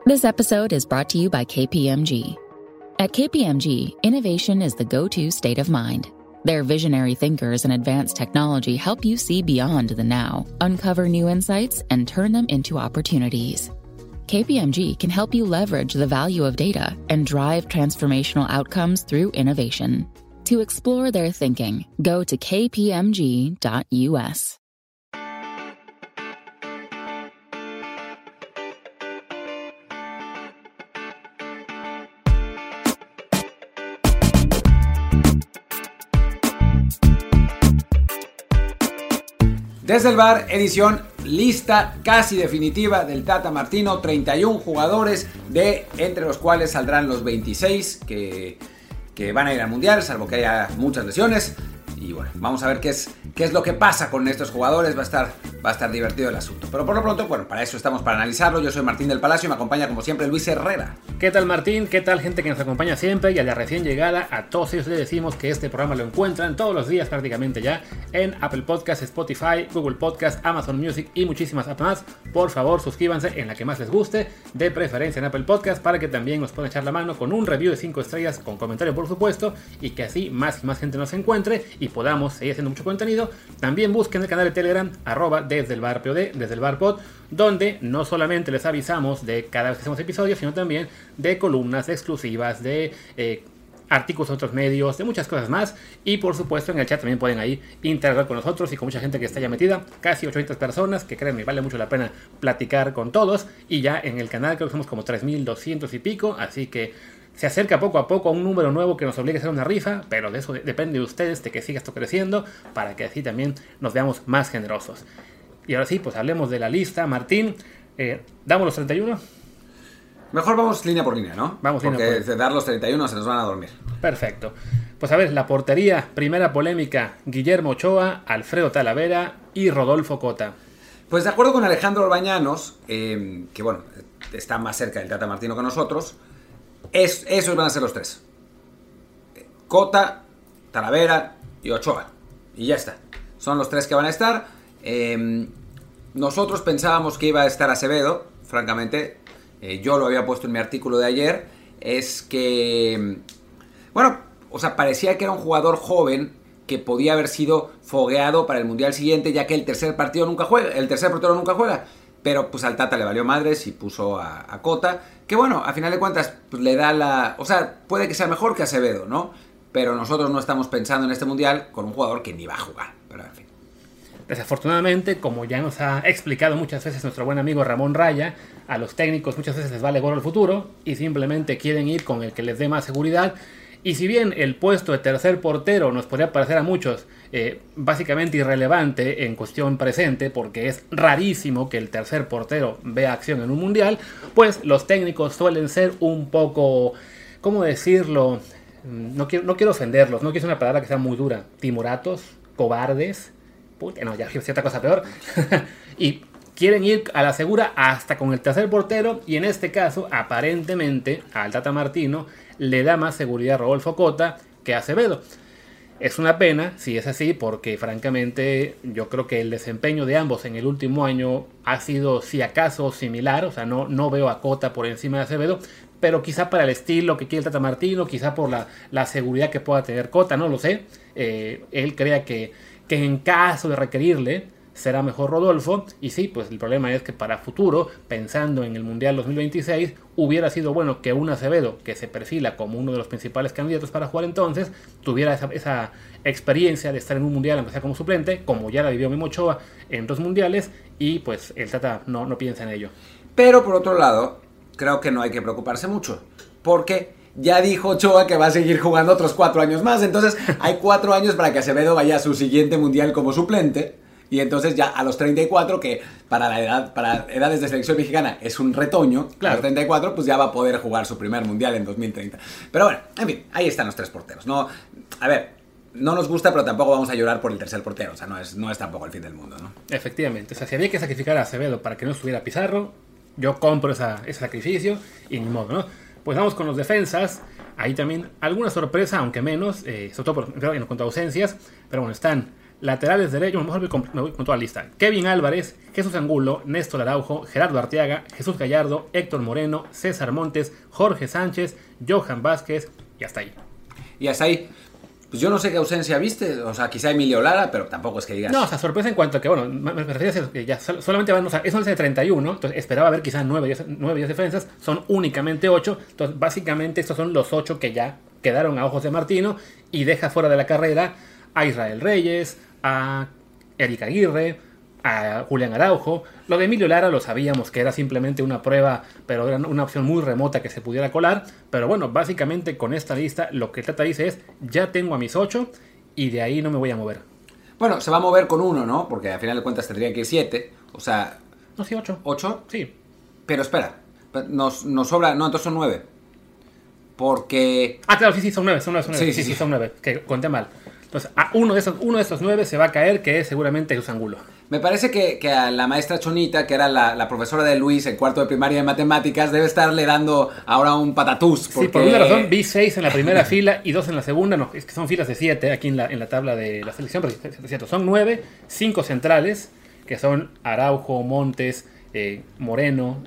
This episode is brought to you by KPMG. At KPMG, innovation is the go-to state of mind. Their visionary thinkers and advanced technology help you see beyond the now, uncover new insights, and turn them into opportunities. KPMG can help you leverage the value of data and drive transformational outcomes through innovation. To explore their thinking, go to kpmg.us. Desde el bar, edición lista casi definitiva del Tata Martino, 31 jugadores entre los cuales saldrán los 26 que van a ir al Mundial, salvo que haya muchas lesiones. Y bueno, vamos a ver qué es lo que pasa con estos jugadores. Va a estar divertido el asunto. Pero por lo pronto, bueno, para eso estamos, para analizarlo. Yo soy Martín del Palacio y me acompaña como siempre Luis Herrera. ¿Qué tal, Martín? ¿Qué tal, gente que nos acompaña siempre? Y a la recién llegada, a todos ellos les decimos que este programa lo encuentran todos los días prácticamente ya en Apple Podcasts, Spotify, Google Podcasts, Amazon Music y muchísimas apps más. Por favor, suscríbanse en la que más les guste, de preferencia en Apple Podcasts, para que también nos puedan echar la mano con un review de 5 estrellas, con comentario por supuesto, y que así más y más gente nos encuentre y podamos seguir haciendo mucho contenido. También busquen el canal de Telegram, desde el bar POD, desde el bar pod, donde no solamente les avisamos de cada vez que hacemos episodios, sino también de columnas exclusivas, de artículos de otros medios, de muchas cosas más. Y por supuesto en el chat también pueden ahí interactuar con nosotros y con mucha gente que está ya metida, casi 800 personas, que créanme, vale mucho la pena platicar con todos. Y ya en el canal creo que somos como 3200 y pico, así que se acerca poco a poco a un número nuevo que nos obliga a hacer una rifa, pero de eso depende de ustedes, de que siga esto creciendo, para que así también nos veamos más generosos. Y ahora sí, pues hablemos de la lista. Martín, ¿damos los 31? Mejor vamos línea por línea, ¿no? Vamos línea por línea. Porque de dar los 31 se nos van a dormir. Perfecto. Pues a ver, la portería, primera polémica: Guillermo Ochoa, Alfredo Talavera y Rodolfo Cota. Pues de acuerdo con Alejandro Orbañanos, que bueno, está más cerca del Tata Martino que nosotros, esos van a ser los tres: Cota, Talavera y Ochoa. Y ya está. Son los tres que van a estar. Nosotros pensábamos que iba a estar Acevedo, francamente. Yo lo había puesto en mi artículo de ayer. Es que, bueno, o sea, parecía que era un jugador joven que podía haber sido fogueado para el Mundial siguiente, ya que el tercer portero nunca juega. Pero pues al Tata le valió madres y puso a Cota, que bueno, a final de cuentas pues, le da o sea, puede que sea mejor que Acevedo, ¿no? Pero nosotros no estamos pensando en este Mundial con un jugador que ni va a jugar. Pero en fin. Desafortunadamente, como ya nos ha explicado muchas veces nuestro buen amigo Ramón Raya, a los técnicos muchas veces les vale gorro el futuro y simplemente quieren ir con el que les dé más seguridad. Y si bien el puesto de tercer portero nos podría parecer a muchos básicamente irrelevante en cuestión presente, porque es rarísimo que el tercer portero vea acción en un mundial, pues los técnicos suelen ser un poco, ¿cómo decirlo? No quiero ofenderlos, no quiero usar una palabra que sea muy dura. Timoratos, cobardes, no, ya cierta cosa peor. Y quieren ir a la segura hasta con el tercer portero, y en este caso, aparentemente, al Tata Martino le da más seguridad a Rodolfo Cota que a Acevedo. Es una pena, si es así, porque francamente yo creo que el desempeño de ambos en el último año ha sido, si acaso, similar. O sea, no veo a Cota por encima de Acevedo, pero quizá para el estilo que quiere el Tata Martino, quizá por la seguridad que pueda tener Cota, no lo sé. Él crea que en caso de requerirle será mejor Rodolfo. Y sí, pues el problema es que para futuro, pensando en el Mundial 2026, hubiera sido bueno que un Acevedo, que se perfila como uno de los principales candidatos para jugar entonces, tuviera esa experiencia de estar en un Mundial, aunque sea como suplente, como ya la vivió Memo Ochoa en 2 mundiales, y pues el Tata no piensa en ello. Pero por otro lado, creo que no hay que preocuparse mucho, porque ya dijo Ochoa que va a seguir jugando otros 4 años más. Entonces hay 4 años para que Acevedo vaya a su siguiente Mundial como suplente. Y entonces ya a los 34, que para edades de selección mexicana es un retoño, claro. A los 34 pues ya va a poder jugar su primer Mundial en 2030. Pero bueno, en fin, ahí están los 3 porteros. No, a ver, no nos gusta, pero tampoco vamos a llorar por el tercer portero. O sea, no es tampoco el fin del mundo, ¿no? Efectivamente. O sea, si había que sacrificar a Acevedo para que no estuviera Pizarro, yo compro ese sacrificio y ni modo, ¿no? Pues vamos con los defensas. Ahí también alguna sorpresa, aunque menos, sobre todo en cuanto a ausencias. Pero bueno, están Laterales derecho, mejor me voy con toda la lista. Kevin Álvarez, Jesús Angulo, Néstor Araujo, Gerardo Arteaga, Jesús Gallardo, Héctor Moreno, César Montes, Jorge Sánchez, Johan Vázquez y hasta ahí. Y hasta ahí. Pues yo no sé qué ausencia viste, o sea, quizá Emilio Lara, pero tampoco es que digas... No, o sea, sorpresa en cuanto a que, bueno, me refería a que ya solamente van, o sea, es 11 de 31, entonces esperaba ver quizás 9 10 defensas, son únicamente 8, entonces básicamente estos son los 8 que ya quedaron a ojos de Martino y deja fuera de la carrera a Israel Reyes, a Eric Aguirre, a Julián Araujo. Lo de Emilio Lara lo sabíamos que era simplemente una prueba, pero era una opción muy remota que se pudiera colar. Pero bueno, básicamente con esta lista lo que Tata dice es, ya tengo a mis 8 y de ahí no me voy a mover. Bueno, se va a mover con 1, ¿no? Porque al final de cuentas tendrían que ir 7, o sea... No, sí, 8. ¿8? Sí. Pero espera, nos sobra... No, entonces son 9. Porque... Ah, claro, sí, son 9. Sí, son 9, que conté mal. Entonces, a uno de esos 9 se va a caer, que es seguramente Jesús Angulo. Me parece que a la maestra Chonita, que era la profesora de Luis en cuarto de primaria de matemáticas, debe estarle dando ahora un patatús. Porque... Sí, por una razón vi 6 en la primera fila y 2 en la segunda. No, es que son filas de 7 aquí en la tabla de la selección, pero es cierto, son 9, 5 centrales, que son Araujo, Montes, Moreno,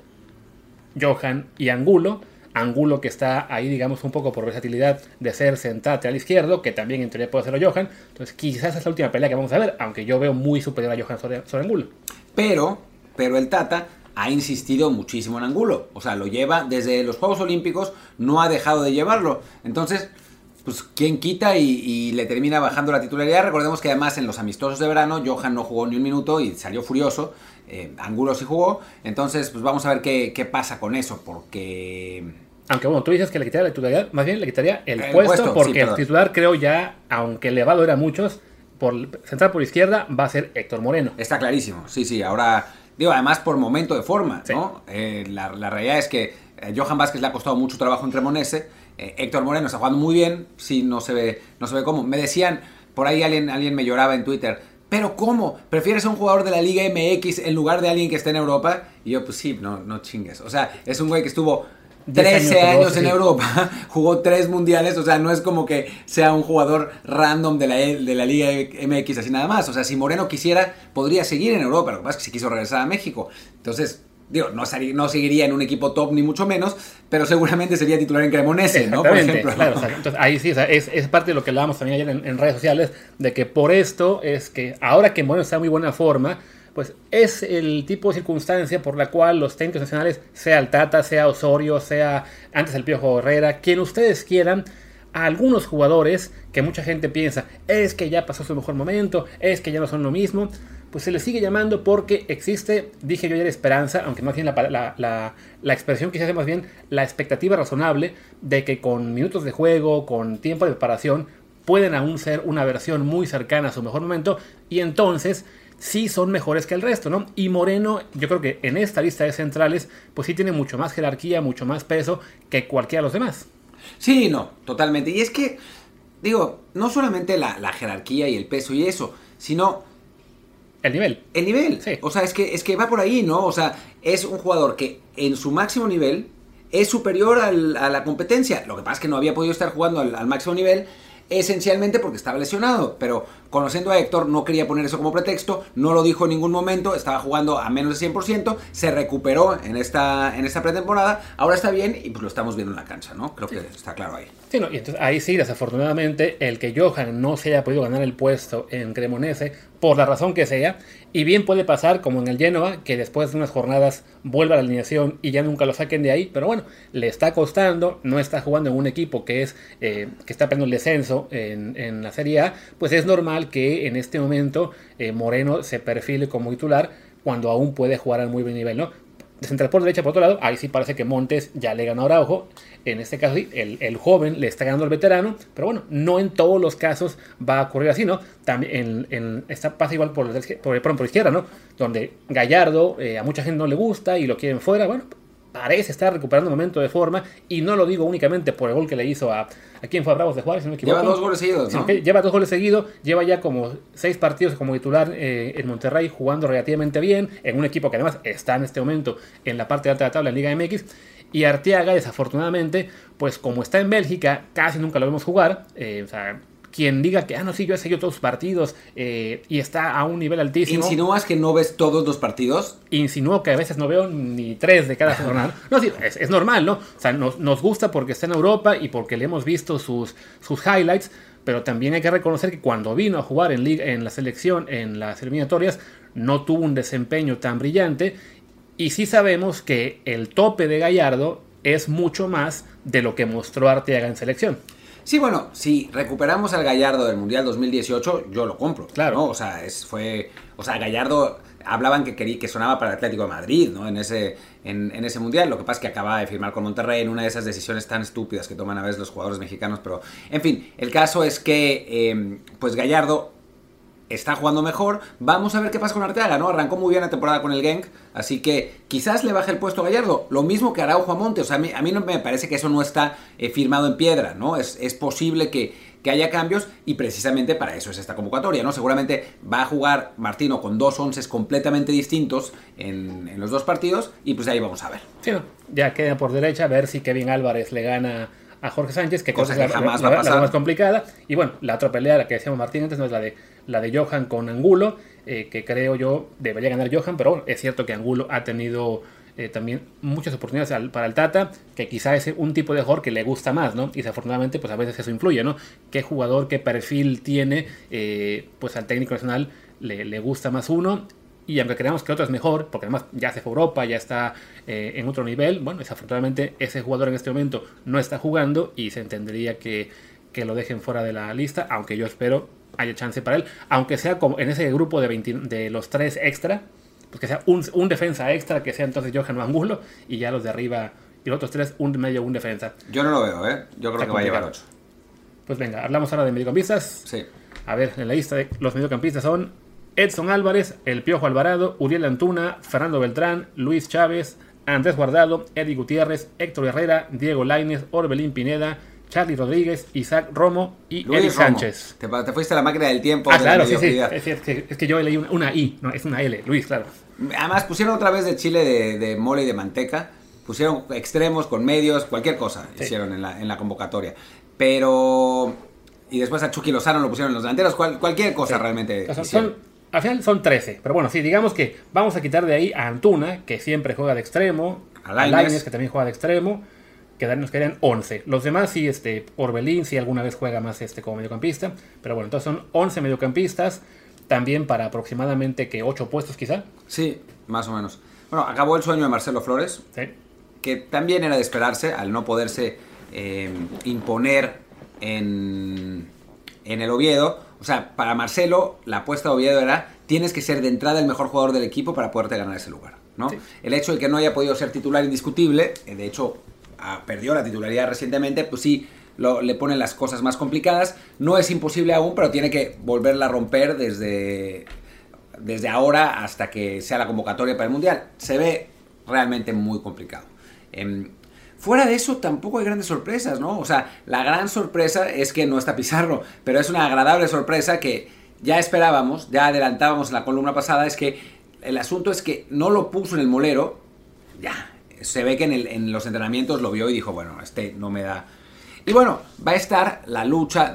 Johan y Angulo. Angulo que está ahí, digamos, un poco por versatilidad de ser central al izquierdo, que también en teoría puede hacerlo Johan. Entonces quizás es la última pelea que vamos a ver, aunque yo veo muy superior a Johan sobre Angulo. Pero el Tata ha insistido muchísimo en Angulo. O sea, lo lleva desde los Juegos Olímpicos, no ha dejado de llevarlo. Entonces, pues, ¿quién quita y le termina bajando la titularidad? Recordemos que además en los amistosos de verano, Johan no jugó ni un minuto y salió furioso. Angulo sí jugó. Entonces, pues vamos a ver qué pasa con eso, porque... Aunque bueno, tú dices que le quitaría la titularidad, más bien le quitaría el puesto porque sí, el titular creo ya, aunque le va a doler a muchos, por central por izquierda va a ser Héctor Moreno. Está clarísimo, sí, ahora... Digo, además por momento de forma, sí. ¿No? La realidad es que Johan Vázquez le ha costado mucho trabajo en Cremonese. Héctor Moreno está jugando muy bien, sí, no se ve cómo. Me decían, por ahí alguien me lloraba en Twitter, ¿pero cómo? ¿Prefieres a un jugador de la Liga MX en lugar de alguien que esté en Europa? Y yo, pues sí, no chingues. O sea, es un güey que estuvo 13 años en Europa, jugó 3 mundiales, o sea, no es como que sea un jugador random de la Liga MX así nada más. O sea, si Moreno quisiera, podría seguir en Europa, lo que pasa es que si quiso regresar a México. Entonces... Digo, no seguiría en un equipo top ni mucho menos, pero seguramente sería titular en Cremonese, ¿no? Por ejemplo. Claro, o sea, entonces ahí sí, o sea, es parte de lo que hablábamos también ayer en redes sociales, de que por esto es que ahora que Moreno está en muy buena forma, pues es el tipo de circunstancia por la cual los técnicos nacionales, sea el Tata, sea Osorio, sea antes el Piojo Herrera, quien ustedes quieran, a algunos jugadores que mucha gente piensa, es que ya pasó su mejor momento, es que ya no son lo mismo, pues se les sigue llamando porque existe, dije yo ayer, esperanza, aunque más bien la expresión quizás sea más bien la expectativa razonable de que con minutos de juego, con tiempo de preparación, pueden aún ser una versión muy cercana a su mejor momento y entonces sí son mejores que el resto, ¿no? Y Moreno, yo creo que en esta lista de centrales, pues sí tiene mucho más jerarquía, mucho más peso que cualquiera de los demás. Sí, no, totalmente. Y es que, digo, no solamente la jerarquía y el peso y eso, sino... El nivel. El nivel. Sí. O sea, es que va por ahí, ¿no? O sea, es un jugador que en su máximo nivel es superior a la competencia. Lo que pasa es que no había podido estar jugando al máximo nivel esencialmente porque estaba lesionado. Pero conociendo a Héctor, no quería poner eso como pretexto. No lo dijo en ningún momento. Estaba jugando a menos de 100%. Se recuperó en esta pretemporada. Ahora está bien y pues lo estamos viendo en la cancha, ¿no? Creo que está claro ahí. Sí, no, y entonces ahí sí, desafortunadamente, el que Johan no se haya podido ganar el puesto en Cremonese, por la razón que sea, y bien puede pasar como en el Genoa, que después de unas jornadas vuelva a la alineación y ya nunca lo saquen de ahí, pero bueno, le está costando, no está jugando en un equipo que está peleando el descenso en la Serie A, pues es normal que en este momento Moreno se perfile como titular cuando aún puede jugar al muy buen nivel, ¿no? De central por derecha, por otro lado, ahí sí parece que Montes ya le ganó a Araujo. En este caso sí, el joven le está ganando al veterano, pero bueno, no en todos los casos va a ocurrir así, ¿no? También pasa igual por izquierda, ¿no? Donde Gallardo a mucha gente no le gusta y lo quieren fuera, bueno, parece estar recuperando un momento de forma, y no lo digo únicamente por el gol que le hizo a quien fue a Bravos de Juárez, si no me equivoco. Lleva 2 goles seguidos, ¿no? Lleva 2 goles seguidos, lleva ya como 6 partidos como titular en Monterrey, jugando relativamente bien, en un equipo que además está en este momento en la parte alta de la tabla en Liga MX, y Arteaga, desafortunadamente, pues como está en Bélgica, casi nunca lo vemos jugar, o sea, quien diga que, no, sí, yo he seguido todos los partidos y está a un nivel altísimo. ¿Insinúas que no ves todos los partidos? Insinúo que a veces no veo ni 3 de cada jornada. No, sí, es normal, ¿no? O sea, nos gusta porque está en Europa y porque le hemos visto sus highlights, pero también hay que reconocer que cuando vino a jugar en la selección, en las eliminatorias, no tuvo un desempeño tan brillante. Y sí sabemos que el tope de Gallardo es mucho más de lo que mostró Arteaga en selección. Sí, bueno, si recuperamos al Gallardo del Mundial 2018, yo lo compro. Claro. ¿no? O sea, Gallardo hablaban que sonaba para el Atlético de Madrid, ¿no? En ese Mundial. Lo que pasa es que acababa de firmar con Monterrey en una de esas decisiones tan estúpidas que toman a veces los jugadores mexicanos. Pero, en fin, el caso es que pues Gallardo está jugando mejor. Vamos a ver qué pasa con Arteaga, ¿no? Arrancó muy bien la temporada con el Genk, así que quizás le baje el puesto a Gallardo. Lo mismo que Araujo a Monte. O sea, a mí no me parece que eso no está firmado en piedra, ¿no? Es posible que haya cambios y precisamente para eso es esta convocatoria, ¿no? Seguramente va a jugar Martino con 2 onces completamente distintos en los 2 partidos y pues ahí vamos a ver. Sí, no, ya queda por derecha a ver si Kevin Álvarez le gana a Jorge Sánchez, que cosa que jamás va a pasar. La más complicada. Y bueno, la otra pelea, la que decíamos Martín antes, no es la de Johan con Angulo, que creo yo debería ganar Johan, pero bueno, es cierto que Angulo ha tenido también muchas oportunidades para el Tata, que quizá es un tipo de jugador que le gusta más, ¿no? Y desafortunadamente, pues a veces eso influye, ¿no? ¿Qué jugador, qué perfil tiene? Pues al técnico nacional le gusta más uno. Y aunque creamos que otro es mejor, porque además ya se fue a Europa, ya está en otro nivel, bueno, desafortunadamente ese jugador en este momento no está jugando y se entendería que lo dejen fuera de la lista, aunque yo espero haya chance para él, aunque sea como en ese grupo de los 3 extra, pues que sea un defensa extra, que sea entonces Johan o Angulo, y ya los de arriba y los otros 3, un medio, un defensa. Yo no lo veo, ¿eh? Yo creo que va a llevar 8. Pues venga, hablamos ahora de mediocampistas. Sí. A ver, en la lista de los mediocampistas son Edson Álvarez, El Piojo Alvarado, Uriel Antuna, Fernando Beltrán, Luis Chávez, Andrés Guardado, Eddie Gutiérrez, Héctor Herrera, Diego Lainez, Orbelín Pineda, Charly Rodríguez, Isaac Romo y Eric Sánchez. Te fuiste a la máquina del tiempo. Claro, sí. Es que yo leí una I, no, es una L, Luis, claro. Además pusieron otra vez de chile de mole y de manteca. Pusieron extremos con medios, cualquier cosa hicieron en la convocatoria. Pero... Y después a Chucky Lozano lo pusieron en los delanteros, cualquier cosa realmente al final son 13, pero bueno, sí, digamos que vamos a quitar de ahí a Antuna, que siempre juega de extremo, a Lainez, que también juega de extremo, nos quedarían 11. Los demás sí, Orbelín sí alguna vez juega más como mediocampista, pero bueno, entonces son 11 mediocampistas, también para aproximadamente que 8 puestos quizá. Sí, más o menos. Bueno, acabó el sueño de Marcelo Flores, que también era de esperarse al no poderse imponer en el Oviedo. O sea, para Marcelo, la apuesta de Oviedo era: tienes que ser de entrada el mejor jugador del equipo para poderte ganar ese lugar, ¿no? Sí. El hecho de que no haya podido ser titular indiscutible, de hecho perdió la titularidad recientemente, pues sí le ponen las cosas más complicadas. No es imposible aún, pero tiene que volverla a romper desde ahora hasta que sea la convocatoria para el Mundial. Se ve realmente muy complicado. Fuera de eso, tampoco hay grandes sorpresas, ¿no? O sea, la gran sorpresa es que no está Pizarro, pero es una agradable sorpresa que ya esperábamos, ya adelantábamos en la columna pasada. Es que el asunto es que no lo puso en el molero, ya. Se ve que en los entrenamientos lo vio y dijo, bueno, no me da. Y bueno, va a estar la lucha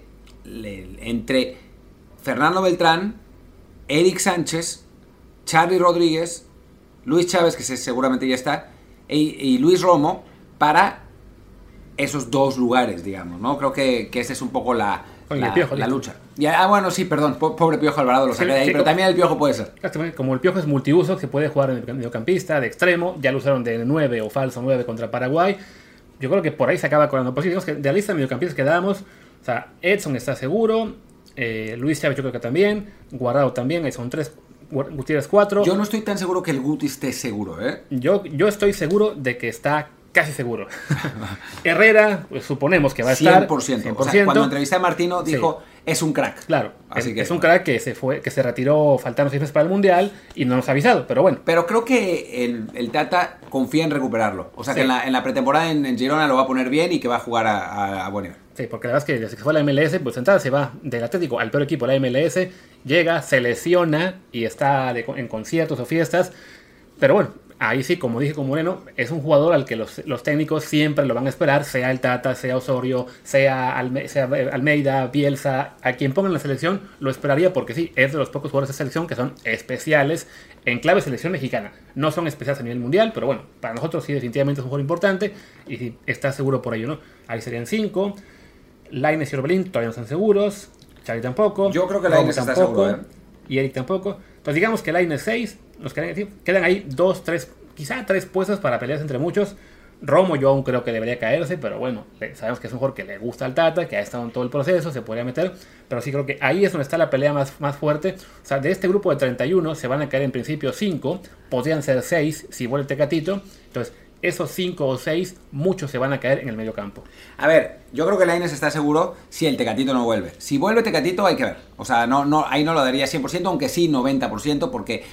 entre Fernando Beltrán, Eric Sánchez, Charly Rodríguez, Luis Chávez, que seguramente ya está, y Luis Romo, para esos 2 lugares, digamos, ¿no? Creo que esa es un poco la lucha. Bueno, sí, perdón, pobre Piojo Alvarado lo saqué de ahí, pero también el Piojo puede ser. Como el Piojo es multiuso, que puede jugar en mediocampista, de extremo, ya lo usaron de 9 o falso 9 contra Paraguay, yo creo que por ahí se acaba colando. Pues sí, digamos que de la lista de mediocampistas que damos, o sea, Edson está seguro, Luis Chávez yo creo que también, Guardado también, ahí son 3, Gutiérrez 4. Yo no estoy tan seguro que el Guti esté seguro, ¿eh? Yo estoy seguro de que está casi seguro. Herrera, pues, suponemos que va a estar 100%. O sea, cuando entrevisté a Martino dijo, es un crack. Claro, es un crack que se retiró faltando 6 meses para el Mundial y no nos ha avisado, pero bueno. Pero creo que el Tata confía en recuperarlo. O sea, que en la pretemporada en Girona lo va a poner bien y que va a jugar a buen nivel. Sí, porque la verdad es que desde que fue a la MLS, pues entrada se va del Atlético al peor equipo de la MLS, llega, se lesiona y está en conciertos o fiestas. Pero bueno, ahí sí, como dije con Moreno, es un jugador al que los técnicos siempre lo van a esperar, sea el Tata, sea Osorio, sea Almeida, Bielsa, a quien pongan en la selección, lo esperaría porque sí, es de los pocos jugadores de selección que son especiales en clave selección mexicana. No son especiales a nivel mundial, pero bueno, para nosotros sí definitivamente es un jugador importante y sí, está seguro por ello, ¿no? Ahí serían 5. Lainez y Orbelín todavía no están seguros, Xavi tampoco. Yo creo que Lainez está seguro, ¿eh? Y Eric tampoco. Pues digamos que Lainez 6, nos quedan ahí 2, 3, quizá 3 puestos para pelearse entre muchos. Romo yo aún creo que debería caerse, pero bueno, sabemos que es un jugador que le gusta al Tata, que ha estado en todo el proceso, se podría meter, pero sí creo que ahí es donde está la pelea más fuerte. O sea, de este grupo de 31 se van a caer en principio 5, podrían ser 6 si vuelve Tecatito. Entonces, esos 5 o 6, muchos se van a caer en el medio campo. A ver, yo creo que Lainez está seguro si el Tecatito no vuelve. Si vuelve Tecatito hay que ver. O sea, ahí no lo daría 100%, aunque sí 90%, porque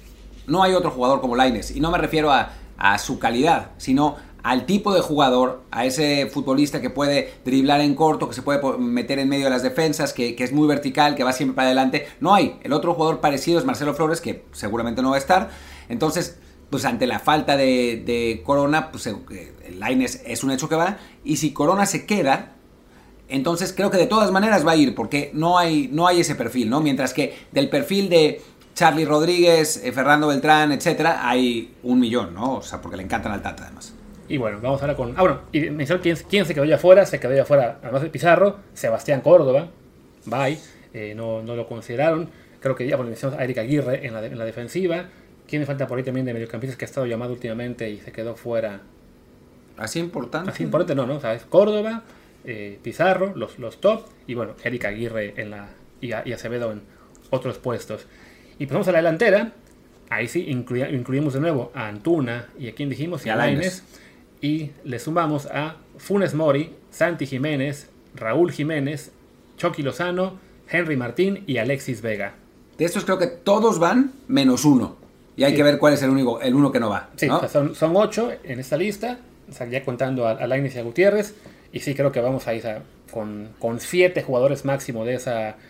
no hay otro jugador como Lainez. Y no me refiero a su calidad, sino al tipo de jugador, a ese futbolista que puede driblar en corto, que se puede meter en medio de las defensas, que es muy vertical, que va siempre para adelante. No hay. El otro jugador parecido es Marcelo Flores, que seguramente no va a estar. Entonces, pues ante la falta de Corona, pues Lainez es un hecho que va. Y si Corona se queda, entonces creo que de todas maneras va a ir, porque no hay ese perfil, ¿no? Mientras que del perfil de Charly Rodríguez, Fernando Beltrán, etcétera, hay 1.000.000, ¿no? O sea, porque le encantan al Tata, además. Y bueno, vamos ahora con... y mencionar quién se quedó ya afuera. Se quedó ya afuera, además de Pizarro, Sebastián Córdoba. Bye. No lo consideraron. Creo que ya mencionamos a Eric Aguirre en la defensiva. ¿Quién me falta por ahí también de mediocampistas que ha estado llamado últimamente y se quedó fuera? ¿Así importante? Así importante no, o sea, es Córdoba, Pizarro, los top. Y bueno, Eric Aguirre y Acevedo en otros puestos. Y pasamos a la delantera. Ahí sí incluimos de nuevo a Antuna y a quien dijimos, y a Lainez. Y le sumamos a Funes Mori, Santi Jiménez, Raúl Jiménez, Chucky Lozano, Henry Martín y Alexis Vega. De estos creo que todos van menos uno. Y hay que ver cuál es el uno que no va, ¿no? Sí, o sea, son 8 en esta lista, o sea, ya contando a Lainez y a Gutiérrez. Y sí creo que vamos a ir con 7 jugadores máximo de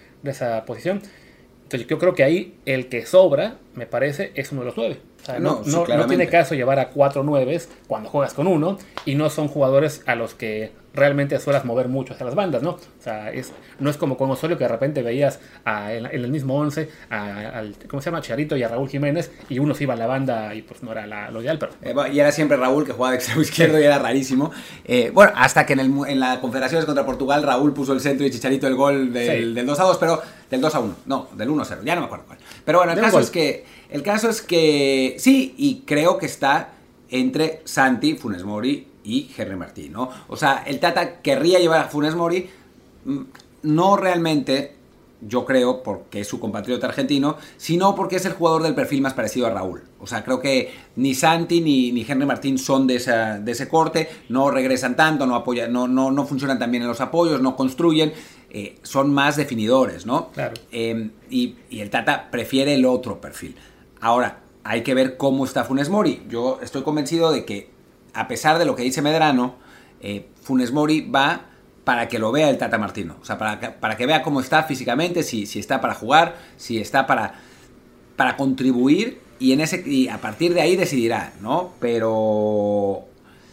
esa posición. Entonces yo creo que ahí el que sobra, me parece, es uno de los 9. O sea, no tiene caso llevar a 4 9 cuando juegas con uno y no son jugadores a los que realmente suelas mover mucho hacia las bandas, ¿no? O sea, no es como con Osorio que de repente veías en el mismo 11 al ¿cómo se llama? Charito y a Raúl Jiménez y uno se iba a la banda y pues no era lo ideal, pero... y era siempre Raúl que jugaba de extremo izquierdo y era rarísimo. Bueno, hasta que en la Confederaciones contra Portugal Raúl puso el centro y Chicharito el gol del 2-2, pero del 2-1, no, del 1-0, ya no me acuerdo cuál. Pero bueno, el caso es que sí, y creo que está entre Santi, Funes Mori y Henry Martín, ¿no? O sea, el Tata querría llevar a Funes Mori, no realmente, yo creo, porque es su compatriota argentino, sino porque es el jugador del perfil más parecido a Raúl. O sea, creo que ni Santi ni Henry Martín son de ese corte, no regresan tanto, no apoyan, no funcionan tan bien en los apoyos, no construyen, son más definidores, ¿no? Claro. Y el Tata prefiere el otro perfil. Ahora, hay que ver cómo está Funes Mori. Yo estoy convencido de que, a pesar de lo que dice Medrano, Funes Mori va para que lo vea el Tata Martino. O sea, para que vea cómo está físicamente, si está para jugar, si está para contribuir, y a partir de ahí decidirá, ¿no? Pero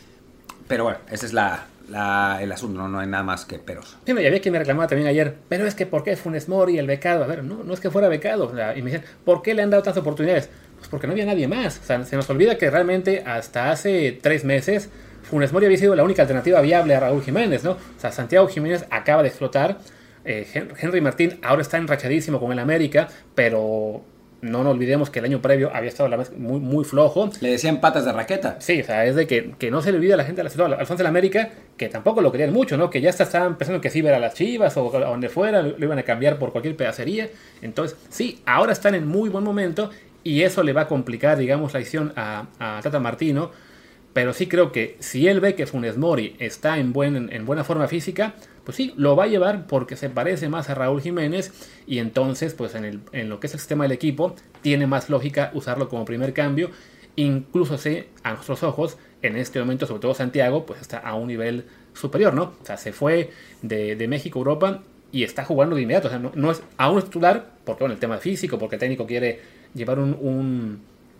bueno, ese es el asunto, no hay nada más que peros. Sí, y había quien me reclamaba también ayer, pero es que ¿por qué Funes Mori, el becado? A ver, no es que fuera becado. O sea, y me dicen, ¿por qué le han dado tantas oportunidades? Pues porque no había nadie más. O sea, se nos olvida que realmente hasta hace 3 meses Funes Mori había sido la única alternativa viable a Raúl Jiménez, ¿no? O sea, Santiago Jiménez acaba de explotar. Henry Martín ahora está enrachadísimo con el América, pero no nos olvidemos que el año previo había estado muy, muy flojo. Le decían patas de raqueta. Sí, o sea, es de que no se le olvida a la gente de la ciudad, al fans de la América, que tampoco lo querían mucho, ¿no? Que ya estaban pensando que sí iba a las Chivas o a donde fuera, lo iban a cambiar por cualquier pedacería. Entonces, sí, ahora están en muy buen momento y eso le va a complicar, digamos, la decisión a Tata Martino. Pero sí creo que si él ve que Funes Mori está en buena forma física, pues sí, lo va a llevar porque se parece más a Raúl Jiménez y entonces, pues en lo que es el sistema del equipo, tiene más lógica usarlo como primer cambio. Incluso a nuestros ojos, en este momento, sobre todo Santiago, pues está a un nivel superior, ¿no? O sea, se fue de México a Europa y está jugando de inmediato. O sea, no es aún titular, porque bueno, el tema físico, porque el técnico quiere llevar un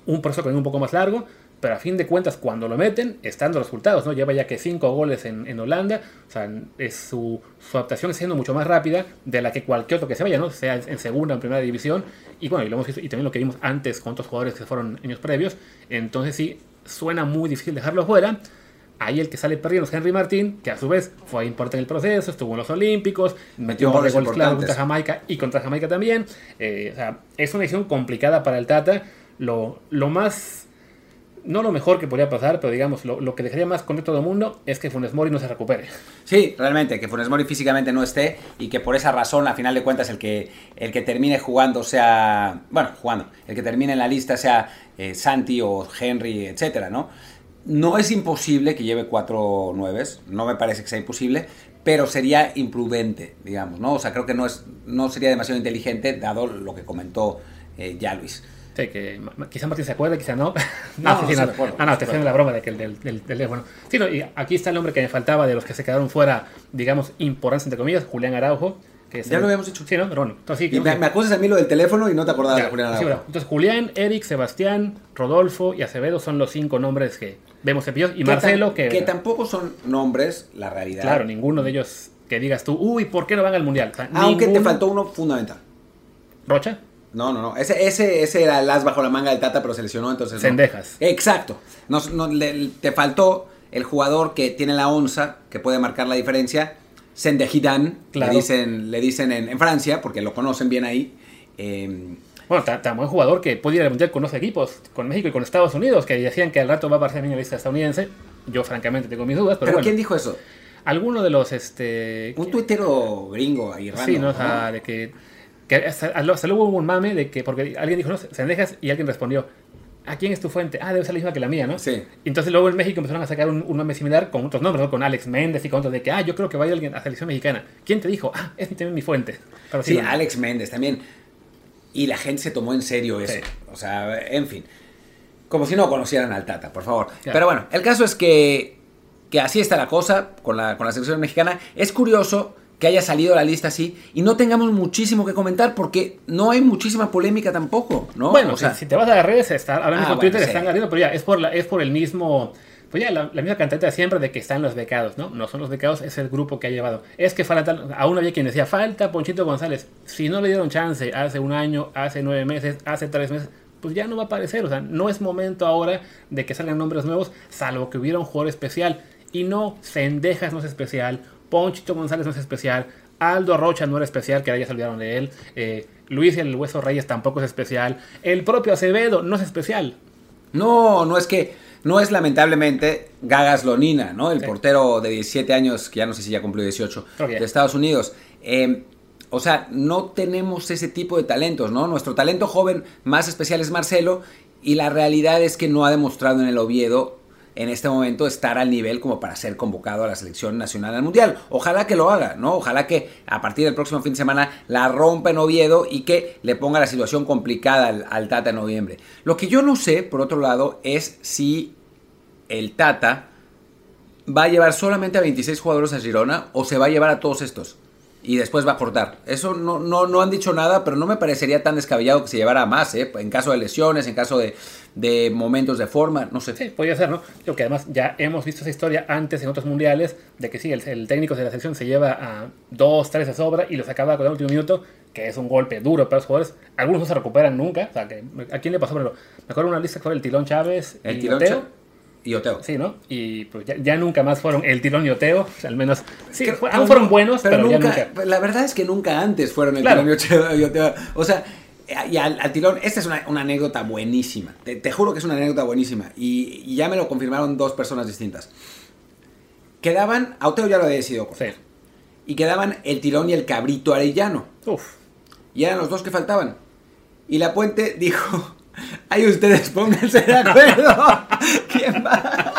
un proceso con un poco más largo, pero a fin de cuentas, cuando lo meten, están los resultados, ¿no? Lleva ya que 5 goles en Holanda, o sea, su adaptación está siendo mucho más rápida de la que cualquier otro que se vaya, ¿no? Sea en segunda o en primera división, y bueno, y lo hemos visto, y también lo que vimos antes con otros jugadores que fueron años previos, entonces sí, suena muy difícil dejarlo fuera. Ahí el que sale perdiendo es Henry Martín, que a su vez fue importante en el proceso, estuvo en los Olímpicos, metió goles claros contra Jamaica y contra Jamaica también. O sea, es una decisión complicada para el Tata. Lo más, no lo mejor que podría pasar, pero digamos, lo que dejaría más contento a todo el mundo es que Funes Mori no se recupere. Sí, realmente, que Funes Mori físicamente no esté y que por esa razón, a final de cuentas, el que termine jugando sea, bueno, el que termine en la lista sea Santi o Henry, etcétera, ¿no? No es imposible que lleve 4 nueves, no me parece que sea imposible, pero sería imprudente, digamos, ¿no? O sea, creo que no sería demasiado inteligente, dado lo que comentó ya Luis. Sí, que quizá Martín se acuerde, quizá no. No, te estoy haciendo la broma de que del teléfono. Sí, no, y aquí está el hombre que me faltaba de los que se quedaron fuera, digamos, importantes entre comillas, Julián Araujo. Que ya lo habíamos dicho. Sí, ¿no? Pero bueno, entonces, sí, y me acusas a mí lo del teléfono y no te acordabas de Julián Araujo. Sí, bueno, entonces Julián, Eric, Sebastián, Rodolfo y Acevedo son los 5 nombres que vemos cepillos. Y Marcelo, que tampoco son nombres, la realidad. Claro, ninguno de ellos que digas tú, uy, ¿por qué no van al Mundial? O sea, aunque te faltó uno fundamental. ¿Rocha? No. Ese era el as bajo la manga del Tata, pero se lesionó, entonces. Cendejas. No. Exacto. Te faltó el jugador que tiene la onza, que puede marcar la diferencia. Zendejidan, claro. le dicen en Francia, porque lo conocen bien ahí. Bueno, tan buen jugador que puede ir al Mundial con 2 equipos, con México y con Estados Unidos, que decían que al rato va a aparecer en la lista estadounidense. Yo, francamente, tengo mis dudas. ¿Pero bueno, quién dijo eso? Alguno de los... Un tuitero gringo ahí raro. Sí, ¿no? O sea, de que hasta luego hubo un mame de que... Porque alguien dijo, no, Zendejas, y alguien respondió, ¿a quién es tu fuente? Debe ser la misma que la mía, ¿no? Sí. Y entonces luego en México empezaron a sacar un mame similar con otros nombres, ¿no? Con Alex Méndez y con otros de que, yo creo que va a ir alguien a la selección mexicana. ¿Quién te dijo? Es también mi fuente. Pero sí, Alex Méndez también. Y la gente se tomó en serio eso. Sí. O sea, en fin. Como si no conocieran al Tata, por favor. Claro. Pero bueno, el caso es que así está la cosa con la selección mexicana. Es curioso que haya salido la lista así y no tengamos muchísimo que comentar porque no hay muchísima polémica tampoco, ¿no? Bueno, o sea, si te vas a las redes, ahora mismo Twitter están abriendo, pero ya es por el mismo, pues ya la misma cantidad de siempre de que están los becados, ¿no? No son los becados, es el grupo que ha llevado. Es que falta, aún había quien decía, falta Ponchito González. Si no le dieron chance hace un año, hace 9 meses, hace 3 meses, pues ya no va a aparecer. O sea, no es momento ahora de que salgan nombres nuevos, salvo que hubiera un jugador especial. Y no, Cendejas no es especial, Ponchito González no es especial, Aldo Rocha no era especial, que ya se olvidaron de él, Luis el Hueso Reyes tampoco es especial, el propio Acevedo no es especial. No es lamentablemente Gagas Lonina, ¿no? El portero de 17 años, que ya no sé si ya cumplió 18, de Estados Unidos. O sea, no tenemos ese tipo de talentos, ¿no? Nuestro talento joven más especial es Marcelo, y la realidad es que no ha demostrado en el Oviedo en este momento estar al nivel como para ser convocado a la selección nacional al Mundial. Ojalá que lo haga, ¿no? Ojalá que a partir del próximo fin de semana la rompa en Oviedo y que le ponga la situación complicada al Tata en noviembre. Lo que yo no sé, por otro lado, es si el Tata va a llevar solamente a 26 jugadores a Girona o se va a llevar a todos estos y después va a cortar. Eso no han dicho nada, pero no me parecería tan descabellado que se llevara a más, en caso de lesiones, en caso de momentos de forma, no sé. Sí, podría ser, ¿no? Creo que además ya hemos visto esa historia antes en otros mundiales, de que sí, el técnico de la selección se lleva a 2, 3 de sobra y los acaba con el último minuto, que es un golpe duro para los jugadores. Algunos no se recuperan nunca. O sea, que ¿a quién le pasó? Me acuerdo de una lista que fue el Tilón Chávez y Oteo. Y Oteo. Sí, ¿no? Y pues ya nunca más fueron el Tilón y Oteo, al menos. Sí, aún fueron buenos, pero nunca, ya nunca. La verdad es que nunca antes fueron el Tilón y Oteo. O sea, y al Tilón, esta es una anécdota buenísima. Te juro que es una anécdota buenísima. Y ya me lo confirmaron 2 personas distintas. Quedaban, a Oteo ya lo había decidido. Sí. Y quedaban el Tilón y el Cabrito Arellano. Uf. Y eran los 2 que faltaban. Y La Puente dijo: ahí ustedes pónganse de acuerdo. ¿Quién va?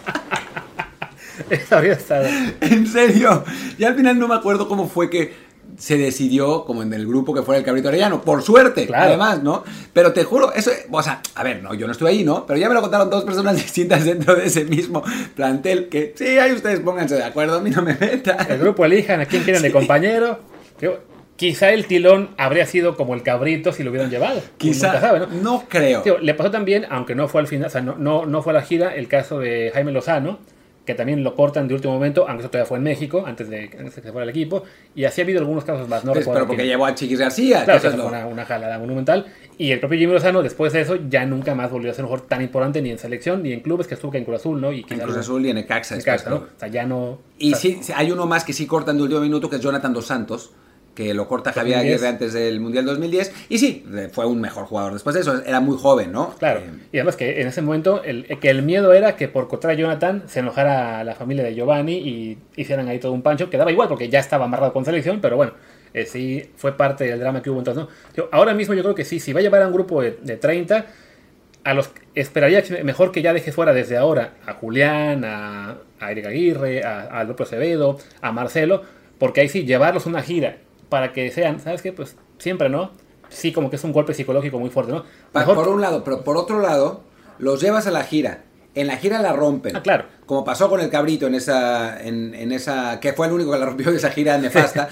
Eso habría estado. En serio. Y al final no me acuerdo cómo fue que se decidió, como en el grupo, que fuera el Cabrito Arellano. Por suerte, claro. Además, ¿no? Pero te juro, eso, o sea, a ver, no, yo no estuve ahí, ¿no? Pero ya me lo contaron 2 personas distintas dentro de ese mismo plantel, que sí, ahí ustedes pónganse de acuerdo, a mí no me metan. El grupo elijan a quién quieren de compañero. Quizá el tilón habría sido como el cabrito si lo hubieran llevado. Quizá, nunca sabe, ¿no? No creo. Tío, le pasó también, aunque no fue al final, o sea, no fue a la gira, el caso de Jaime Lozano, que también lo cortan de último momento, aunque eso todavía fue en México, antes de que se fuera el equipo, y así ha habido algunos casos más. No Pero porque llevó a Chiquis García. Claro, eso fue una jalada monumental. Y el propio Jimmy Lozano, después de eso, ya nunca más volvió a ser un jugador tan importante ni en selección, ni en clubes, que estuvo en Cruz Azul, ¿no? Y en Cruz Azul y en Necaxa. ¿no? O sea, ya no... Y o sea, sí, hay uno más que sí cortan de último minuto, que es Jonathan Dos Santos, que lo corta Javier 2010. Aguirre antes del Mundial 2010. Y sí, fue un mejor jugador después de eso. Era muy joven, ¿no? Claro. Y además que en ese momento el miedo era que por cortar a Jonathan se enojara la familia de Giovanni y hicieran ahí todo un pancho, que daba igual porque ya estaba amarrado con selección, pero bueno, sí fue parte del drama que hubo entonces, ¿no? Ahora mismo yo creo que sí, si va a llevar a un grupo de 30, esperaría mejor que ya deje fuera desde ahora a Julián, a Eric Aguirre, a López Acevedo, a Marcelo, porque ahí sí, llevarlos a una gira para que sean, ¿sabes qué? Pues siempre, ¿no? Sí, como que es un golpe psicológico muy fuerte, ¿no? Mejor... Por un lado, pero por otro lado, los llevas a la gira. En la gira la rompen. Ah, claro. Como pasó con el Cabrito en esa que fue el único que la rompió de esa gira nefasta.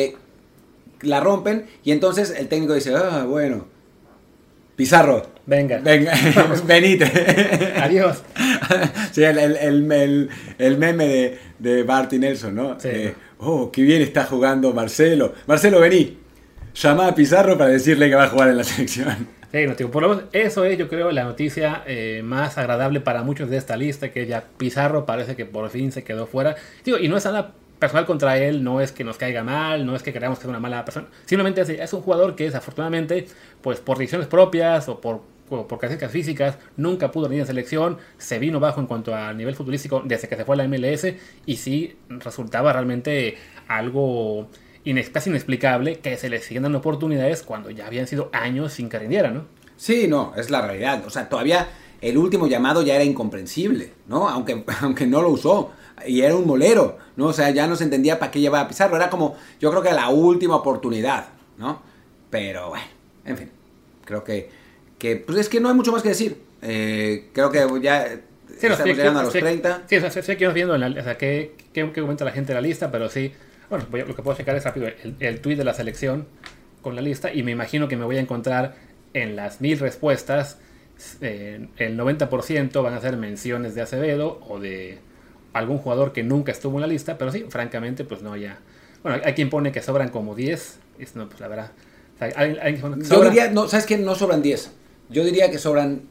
La rompen y entonces el técnico dice, bueno, Pizarro. Venga. Venite. Adiós. Sí, el meme de Bart y Nelson, ¿no? Sí. Qué bien está jugando Marcelo. Marcelo, vení. Llama a Pizarro para decirle que va a jugar en la selección. Sí, no, tío, por lo menos eso es, yo creo, la noticia más agradable para muchos de esta lista, que ya Pizarro parece que por fin se quedó fuera. Tío, y no es nada personal contra él, no es que nos caiga mal, no es que creamos que es una mala persona, simplemente es un jugador que desafortunadamente, pues por decisiones propias o por características físicas, nunca pudo venir en selección, se vino bajo en cuanto a nivel futbolístico desde que se fue a la MLS, y sí resultaba realmente algo casi inexplicable que se le siguen dando oportunidades cuando ya habían sido años sin que rindiera, ¿no? Sí, no, es la realidad. O sea, todavía el último llamado ya era incomprensible, ¿no? Aunque no lo usó. Y era un molero, ¿no? O sea, ya no se entendía para qué llevaba a Pizarro. Era como, yo creo que la última oportunidad, ¿no? Pero bueno, en fin. Creo que pues es que no hay mucho más que decir. Creo que ya estamos llegando a los 30. Sí, o sea, sé que vamos viendo qué comenta la gente de la lista, pero sí. Bueno, lo que puedo checar es rápido el tweet de la selección con la lista, y me imagino que me voy a encontrar en las 1000 respuestas, el 90% van a ser menciones de Acevedo o de algún jugador que nunca estuvo en la lista, pero sí, francamente, pues no, ya. Bueno, hay quien pone que sobran como 10, no, pues la verdad. O sea, yo diría, no, ¿sabes qué? No sobran 10. Yo diría que sobran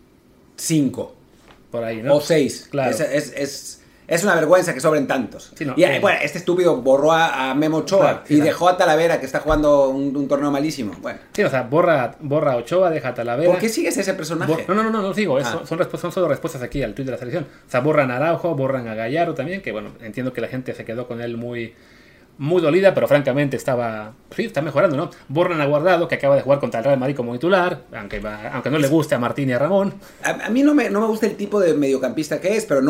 5. Por ahí, ¿no? O 6. Claro. Es una vergüenza que sobren tantos. Sí, no, y bueno, este estúpido borró a Memo Ochoa, claro, sí, y dejó a Talavera, que está jugando un torneo malísimo. Bueno. Sí, o sea, borra a Ochoa, deja a Talavera. ¿Por qué sigues ese personaje? No sigo. Son solo respuestas aquí al tuit de la selección. O sea, borran a Araujo, borran a Gallardo también, que bueno, entiendo que la gente se quedó con él muy dolida, pero francamente está mejorando, ¿no? Borran a Guardado, que acaba de jugar contra el Real Madrid como titular, aunque no le guste a Martín y a Ramón. A mí no me gusta el tipo de mediocampista que es, pero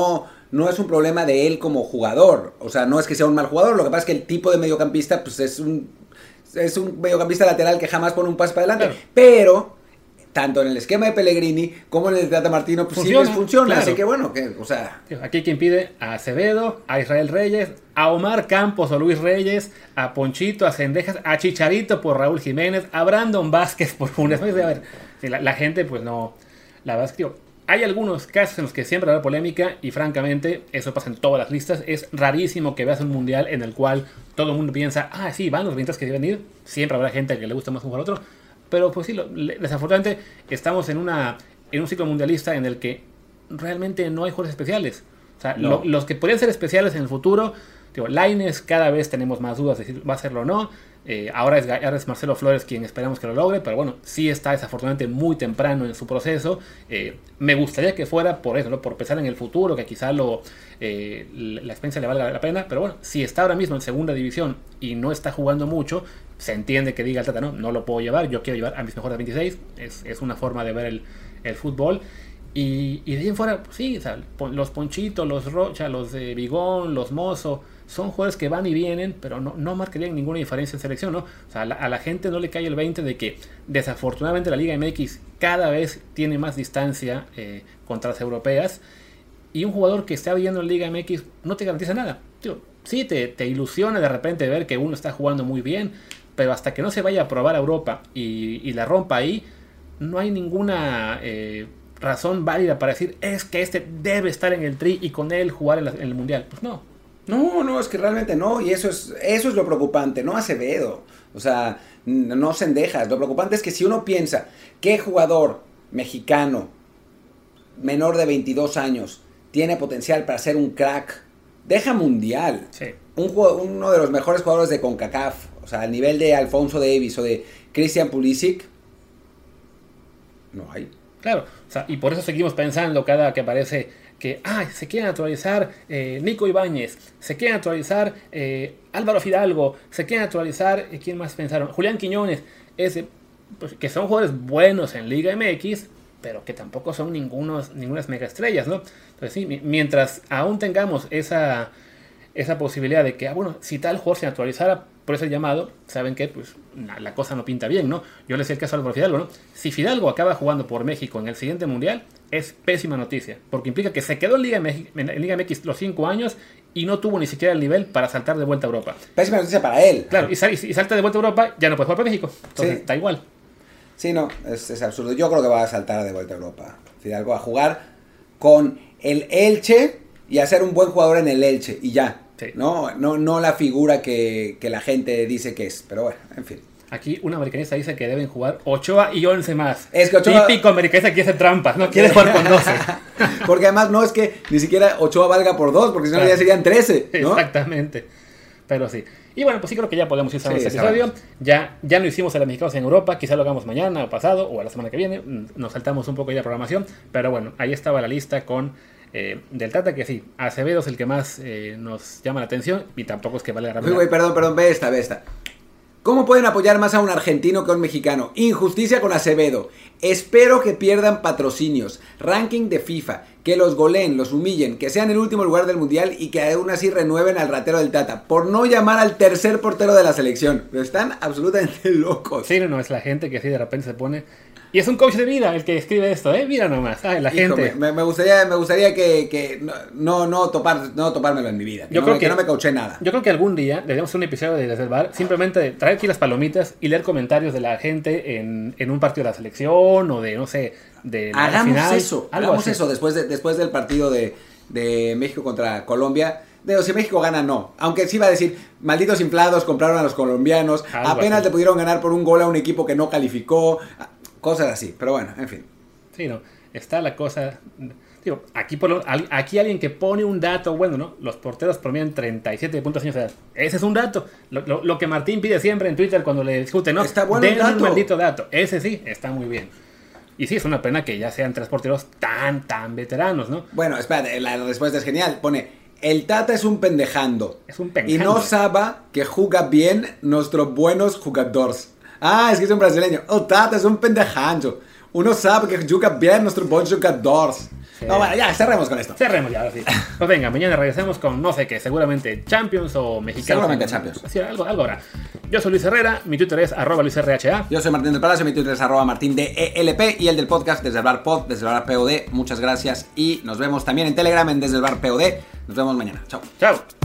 no es un problema de él como jugador. O sea, no es que sea un mal jugador, lo que pasa es que el tipo de mediocampista pues es un mediocampista lateral que jamás pone un paso para adelante. Claro. Pero tanto en el esquema de Pellegrini como en el de Tata Martino, pues funciona, sí les funciona. Claro. Así que bueno, o sea... Aquí quien pide a Acevedo, a Israel Reyes, a Omar Campos o Luis Reyes, a Ponchito, a Cendejas, a Chicharito por Raúl Jiménez, a Brandon Vázquez por Funes. A ver, la gente pues no... La verdad es que hay algunos casos en los que siempre habrá polémica, y francamente eso pasa en todas las listas. Es rarísimo que veas un mundial en el cual todo el mundo piensa, sí, van los 20 que deben ir. Siempre habrá gente que le gusta más un jugador a otro. Pero pues sí, desafortunadamente estamos en un ciclo mundialista en el que realmente no hay jugadores especiales. O sea, no. Los que podrían ser especiales en el futuro, Lainez, cada vez tenemos más dudas de si va a serlo o no. Ahora es Marcelo Flores quien esperamos que lo logre, pero bueno, sí está desafortunadamente muy temprano en su proceso. Me gustaría que fuera por eso, ¿no? Por pensar en el futuro, que quizá la experiencia le valga la pena, pero bueno, si está ahora mismo en segunda división y no está jugando mucho, se entiende que diga el Tata, no lo puedo llevar, yo quiero llevar a mis mejores 26, es una forma de ver el fútbol. Y de ahí en fuera, pues sí, o sea, los Ponchitos, los Rocha, los de Bigón, los Mozo, son jugadores que van y vienen, pero no marcarían ninguna diferencia en selección, ¿no? O sea, a la gente no le cae el 20 de que desafortunadamente la Liga MX cada vez tiene más distancia contra las europeas, y un jugador que está viendo en Liga MX no te garantiza nada. Tío, sí, te ilusiona de repente ver que uno está jugando muy bien, pero hasta que no se vaya a probar a Europa y la rompa ahí, no hay ninguna razón válida para decir es que este debe estar en el Tri y con él jugar en el Mundial. Pues no. No, es que realmente no, y eso es lo preocupante, no Acevedo, o sea, no Cendejas. Lo preocupante es que si uno piensa qué jugador mexicano menor de 22 años tiene potencial para ser un crack, deja Mundial, sí. Uno de los mejores jugadores de CONCACAF, o sea, al nivel de Alphonso Davies o de Christian Pulisic, no hay. Claro, o sea, y por eso seguimos pensando cada que aparece que se quiere naturalizar Nico Ibáñez, se quiere naturalizar Álvaro Fidalgo, se quiere naturalizar, ¿quién más pensaron? Julián Quiñones, pues, que son jugadores buenos en Liga MX, pero que tampoco son ningunas megaestrellas, ¿no? Entonces sí, mientras aún tengamos esa posibilidad de que, si tal jugador se naturalizara por ese llamado, ¿saben qué? Pues la cosa no pinta bien, ¿no? Yo les decía el caso de Álvaro Fidalgo, ¿no? Si Fidalgo acaba jugando por México en el siguiente Mundial, es pésima noticia, porque implica que se quedó en Liga MX los 5 años y no tuvo ni siquiera el nivel para saltar de vuelta a Europa. Pésima noticia para él. Claro, y salta de vuelta a Europa, ya no puede jugar para México, entonces sí. Da igual. Sí, no, es absurdo. Yo creo que va a saltar de vuelta a Europa Fidalgo, a jugar con el Elche y a ser un buen jugador en el Elche, y ya. Sí. No la figura que la gente dice que es, pero bueno, en fin. Aquí un americanista dice que deben jugar Ochoa y 11 más. Es que Ochoa... Típico americanista que hace trampas, no quiere jugar con 12. Porque además no es que ni siquiera Ochoa valga por 2, porque si no ya serían 13, ¿no? Exactamente. Pero sí. Y bueno, pues sí creo que ya podemos ir cerrando este episodio. Ya lo hicimos en los mexicanos en Europa, quizá lo hagamos mañana o pasado o a la semana que viene. Nos saltamos un poco ya de programación, pero bueno, ahí estaba la lista con... del Tata, que sí, Acevedo es el que más nos llama la atención y tampoco es que valga la pena. Uy, perdón, ve esta. ¿Cómo pueden apoyar más a un argentino que a un mexicano? Injusticia con Acevedo. Espero que pierdan patrocinios. Ranking de FIFA. Que los goleen, los humillen, que sean el último lugar del Mundial y que aún así renueven al ratero del Tata. Por no llamar al tercer portero de la selección. Pero están absolutamente locos. Sí, no, es la gente que así de repente se pone... Y es un coach de vida el que escribe esto, Mira nomás, la gente... Me gustaría que no topármelo en mi vida. Que no me coaché nada. Yo creo que algún día deberíamos hacer un episodio de Desde el Bar, simplemente traer aquí las palomitas y leer comentarios de la gente en un partido de la selección o de, no sé, de la final. Hagamos eso después del partido de México contra Colombia. Si México gana, no. Aunque sí va a decir, malditos inflados, compraron a los colombianos. Apenas le pudieron ganar por un gol a un equipo que no calificó. Cosas así, pero bueno, en fin. Sí, no, está la cosa... Digo, aquí alguien que pone un dato, bueno, ¿no? Los porteros promedian 37 puntos años de edad. Ese es un dato. Lo que Martín pide siempre en Twitter cuando le discute, ¿no? Está bueno el dato. Un maldito dato. Ese sí, está muy bien. Y sí, es una pena que ya sean 3 porteros tan veteranos, ¿no? Bueno, espérate, la respuesta es genial. Pone, el Tata es un pendejando. Es un pendejando. Y no sabe que juega bien nuestros buenos jugadores. Es que es un brasileño. El Tata es un pendejando. Uno sabe que juega bien nuestros buenos jugadores. Sí. No, bueno, ya, cerremos con esto. Cerremos ya, sí. Pues venga, mañana regresamos con no sé qué, seguramente Champions o Mexicanos. Seguramente Champions. Sí, algo habrá. Yo soy Luis Herrera, mi Twitter es @LuisRHA. Yo soy Martín del Palacio, mi Twitter es @MartinDELP y el del podcast Desde el Bar Pod, Desde el Bar POD. Muchas gracias y nos vemos también en Telegram en Desde el Bar POD. Nos vemos mañana. Chao. Chao.